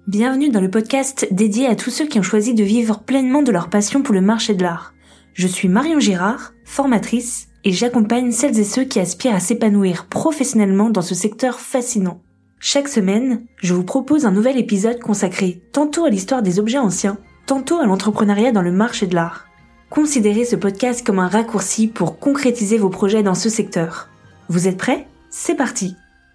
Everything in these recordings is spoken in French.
Bienvenue dans le podcast dédié à tous ceux qui ont choisi de vivre pleinement de leur passion pour le marché de l'art. Je suis Marion Girard, formatrice, et j'accompagne celles et ceux qui aspirent à s'épanouir professionnellement dans ce secteur fascinant. Chaque semaine, je vous propose un nouvel épisode consacré tantôt à l'histoire des objets anciens, tantôt à l'entrepreneuriat dans le marché de l'art. Considérez ce podcast comme un raccourci pour concrétiser vos projets dans ce secteur. Vous êtes prêts ? C'est parti !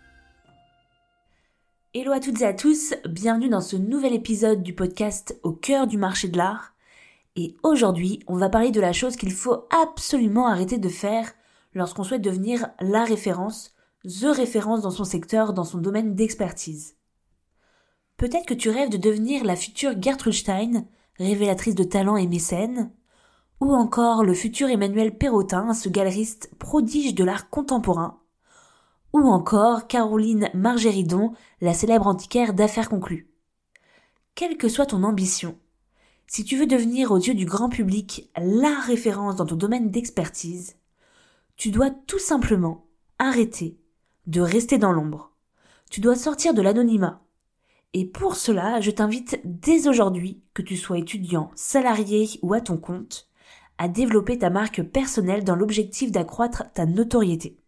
Hello à toutes et à tous, bienvenue dans ce nouvel épisode du podcast Au cœur du marché de l'art. Et aujourd'hui, on va parler de la chose qu'il faut absolument arrêter de faire lorsqu'on souhaite devenir la référence, the référence dans son secteur, dans son domaine d'expertise. Peut-être que tu rêves de devenir la future Gertrude Stein, révélatrice de talent et mécène, ou encore le futur Emmanuel Perrotin, ce galeriste prodige de l'art contemporain, ou encore Caroline Margéridon, la célèbre antiquaire d'affaires conclues. Quelle que soit ton ambition, si tu veux devenir aux yeux du grand public la référence dans ton domaine d'expertise, tu dois tout simplement arrêter de rester dans l'ombre. Tu dois sortir de l'anonymat. Et pour cela, je t'invite dès aujourd'hui, que tu sois étudiant, salarié ou à ton compte, à développer ta marque personnelle dans l'objectif d'accroître ta notoriété.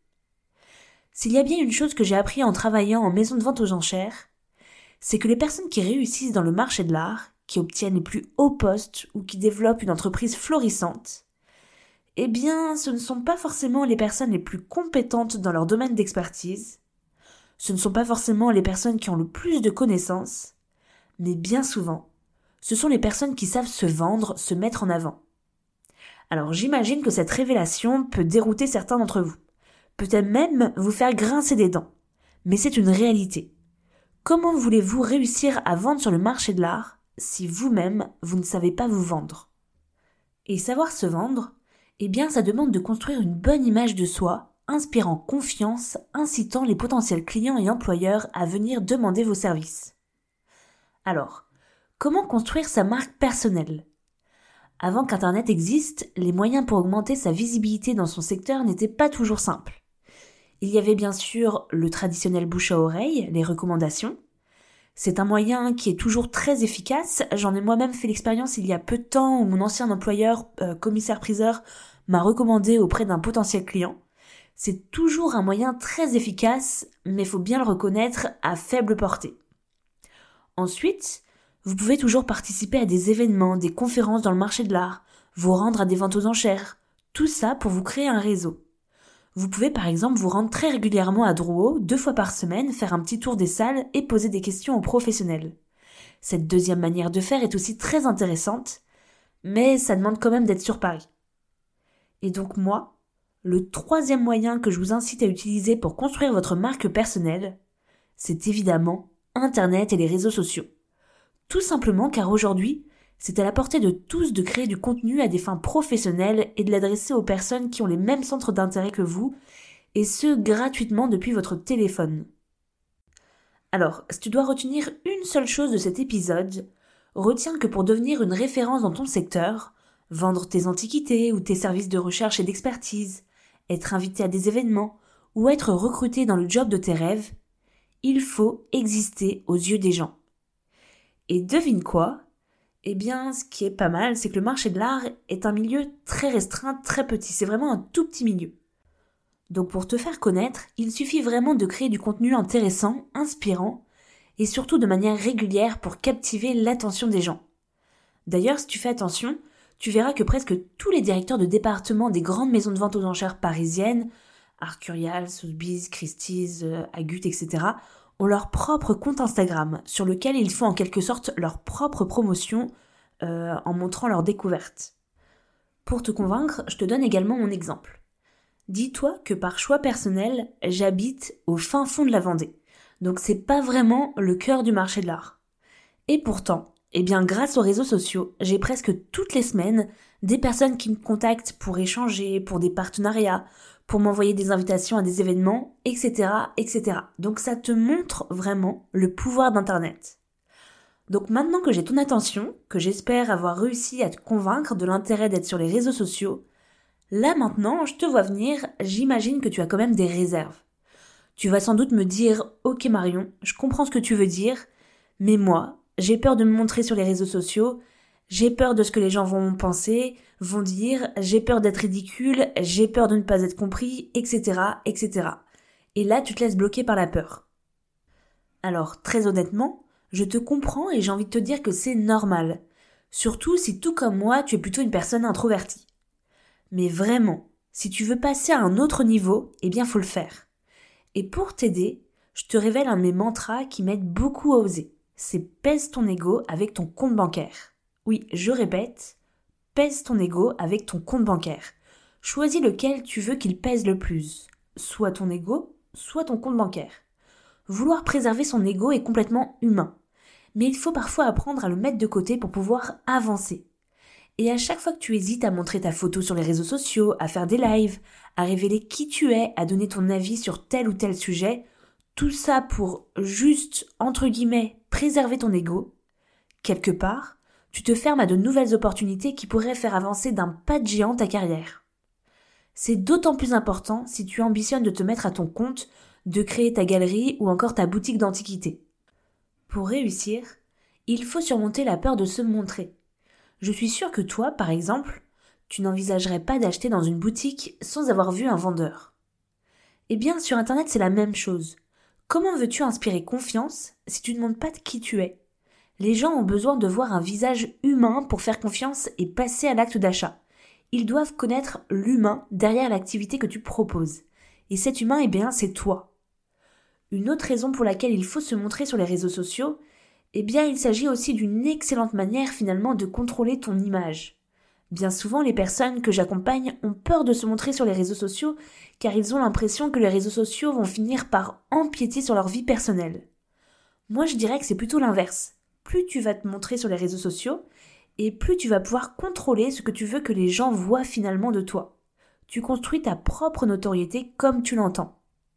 S'il y a bien une chose que j'ai appris en travaillant en maison de vente aux enchères, c'est que les personnes qui réussissent dans le marché de l'art, qui obtiennent les plus hauts postes ou qui développent une entreprise florissante, eh bien, ce ne sont pas forcément les personnes les plus compétentes dans leur domaine d'expertise, ce ne sont pas forcément les personnes qui ont le plus de connaissances, mais bien souvent, ce sont les personnes qui savent se vendre, se mettre en avant. Alors j'imagine que cette révélation peut dérouter certains d'entre vous. Peut-être même vous faire grincer des dents. Mais c'est une réalité. Comment voulez-vous réussir à vendre sur le marché de l'art si vous-même, vous ne savez pas vous vendre ? Et savoir se vendre, eh bien ça demande de construire une bonne image de soi, inspirant confiance, incitant les potentiels clients et employeurs à venir demander vos services. Alors, comment construire sa marque personnelle ? Avant qu'Internet existe, les moyens pour augmenter sa visibilité dans son secteur n'étaient pas toujours simples. Il y avait bien sûr le traditionnel bouche à oreille, les recommandations. C'est un moyen qui est toujours très efficace. J'en ai moi-même fait l'expérience il y a peu de temps où mon ancien employeur, commissaire-priseur, m'a recommandé auprès d'un potentiel client. C'est toujours un moyen très efficace, mais il faut bien le reconnaître, à faible portée. Ensuite, vous pouvez toujours participer à des événements, des conférences dans le marché de l'art, vous rendre à des ventes aux enchères. Tout ça pour vous créer un réseau. Vous pouvez par exemple vous rendre très régulièrement à Drouot, 2 fois par semaine, faire un petit tour des salles et poser des questions aux professionnels. Cette deuxième manière de faire est aussi très intéressante, mais ça demande quand même d'être sur Paris. Et donc moi, le troisième moyen que je vous incite à utiliser pour construire votre marque personnelle, c'est évidemment Internet et les réseaux sociaux. Tout simplement car aujourd'hui, c'est à la portée de tous de créer du contenu à des fins professionnelles et de l'adresser aux personnes qui ont les mêmes centres d'intérêt que vous, et ce gratuitement depuis votre téléphone. Alors, si tu dois retenir une seule chose de cet épisode, retiens que pour devenir une référence dans ton secteur, vendre tes antiquités ou tes services de recherche et d'expertise, être invité à des événements ou être recruté dans le job de tes rêves, il faut exister aux yeux des gens. Et devine quoi ? Eh bien, ce qui est pas mal, c'est que le marché de l'art est un milieu très restreint, très petit. C'est vraiment un tout petit milieu. Donc pour te faire connaître, il suffit vraiment de créer du contenu intéressant, inspirant, et surtout de manière régulière pour captiver l'attention des gens. D'ailleurs, si tu fais attention, tu verras que presque tous les directeurs de département des grandes maisons de vente aux enchères parisiennes, Arcurial, Sotheby's, Christie's, Agut, etc., ont leur propre compte Instagram, sur lequel ils font en quelque sorte leur propre promotion en montrant leurs découvertes. Pour te convaincre, je te donne également mon exemple. Dis-toi que par choix personnel, j'habite au fin fond de la Vendée. Donc c'est pas vraiment le cœur du marché de l'art. Et pourtant, eh bien grâce aux réseaux sociaux, j'ai presque toutes les semaines des personnes qui me contactent pour échanger, pour des partenariats, pour m'envoyer des invitations à des événements, etc., etc. Donc ça te montre vraiment le pouvoir d'Internet. Donc maintenant que j'ai ton attention, que j'espère avoir réussi à te convaincre de l'intérêt d'être sur les réseaux sociaux, là maintenant, je te vois venir, j'imagine que tu as quand même des réserves. Tu vas sans doute me dire « Ok Marion, je comprends ce que tu veux dire, mais moi, j'ai peur de me montrer sur les réseaux sociaux, j'ai peur de ce que les gens vont penser, vont dire, j'ai peur d'être ridicule, j'ai peur de ne pas être compris, etc., etc. Et là, tu te laisses bloquer par la peur. Alors, très honnêtement, je te comprends et j'ai envie de te dire que c'est normal. Surtout si tout comme moi, tu es plutôt une personne introvertie. Mais vraiment, si tu veux passer à un autre niveau, eh bien faut le faire. Et pour t'aider, je te révèle un de mes mantras qui m'aide beaucoup à oser. C'est pèse ton ego avec ton compte bancaire. Oui, je répète, pèse ton ego avec ton compte bancaire. Choisis lequel tu veux qu'il pèse le plus. Soit ton ego, soit ton compte bancaire. Vouloir préserver son ego est complètement humain. Mais il faut parfois apprendre à le mettre de côté pour pouvoir avancer. Et à chaque fois que tu hésites à montrer ta photo sur les réseaux sociaux, à faire des lives, à révéler qui tu es, à donner ton avis sur tel ou tel sujet, tout ça pour juste, entre guillemets, préserver ton ego, quelque part, tu te fermes à de nouvelles opportunités qui pourraient faire avancer d'un pas de géant ta carrière. C'est d'autant plus important si tu ambitionnes de te mettre à ton compte, de créer ta galerie ou encore ta boutique d'antiquités. Pour réussir, il faut surmonter la peur de se montrer. Je suis sûre que toi, par exemple, tu n'envisagerais pas d'acheter dans une boutique sans avoir vu un vendeur. Eh bien, sur Internet, c'est la même chose. Comment veux-tu inspirer confiance si tu ne montres pas de qui tu es ? Les gens ont besoin de voir un visage humain pour faire confiance et passer à l'acte d'achat. Ils doivent connaître l'humain derrière l'activité que tu proposes. Et cet humain, eh bien, c'est toi. Une autre raison pour laquelle il faut se montrer sur les réseaux sociaux, eh bien, il s'agit aussi d'une excellente manière finalement de contrôler ton image. Bien souvent, les personnes que j'accompagne ont peur de se montrer sur les réseaux sociaux car ils ont l'impression que les réseaux sociaux vont finir par empiéter sur leur vie personnelle. Moi, je dirais que c'est plutôt l'inverse. Plus tu vas te montrer sur les réseaux sociaux, et plus tu vas pouvoir contrôler ce que tu veux que les gens voient finalement de toi. Tu construis ta propre notoriété comme tu l'entends.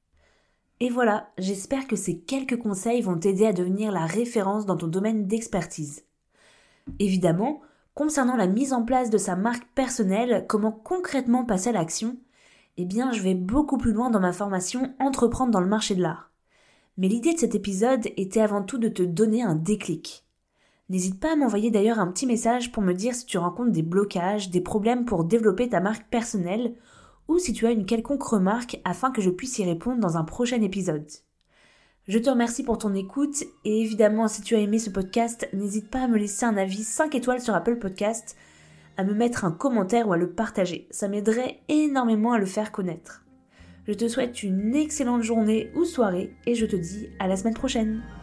Et voilà, j'espère que ces quelques conseils vont t'aider à devenir la référence dans ton domaine d'expertise. Évidemment, concernant la mise en place de sa marque personnelle, comment concrètement passer à l'action, eh bien je vais beaucoup plus loin dans ma formation Entreprendre dans le marché de l'art. Mais l'idée de cet épisode était avant tout de te donner un déclic. N'hésite pas à m'envoyer d'ailleurs un petit message pour me dire si tu rencontres des blocages, des problèmes pour développer ta marque personnelle ou si tu as une quelconque remarque afin que je puisse y répondre dans un prochain épisode. Je te remercie pour ton écoute et évidemment si tu as aimé ce podcast, n'hésite pas à me laisser un avis 5 étoiles sur Apple Podcast, à me mettre un commentaire ou à le partager. Ça m'aiderait énormément à le faire connaître. Je te souhaite une excellente journée ou soirée et je te dis à la semaine prochaine.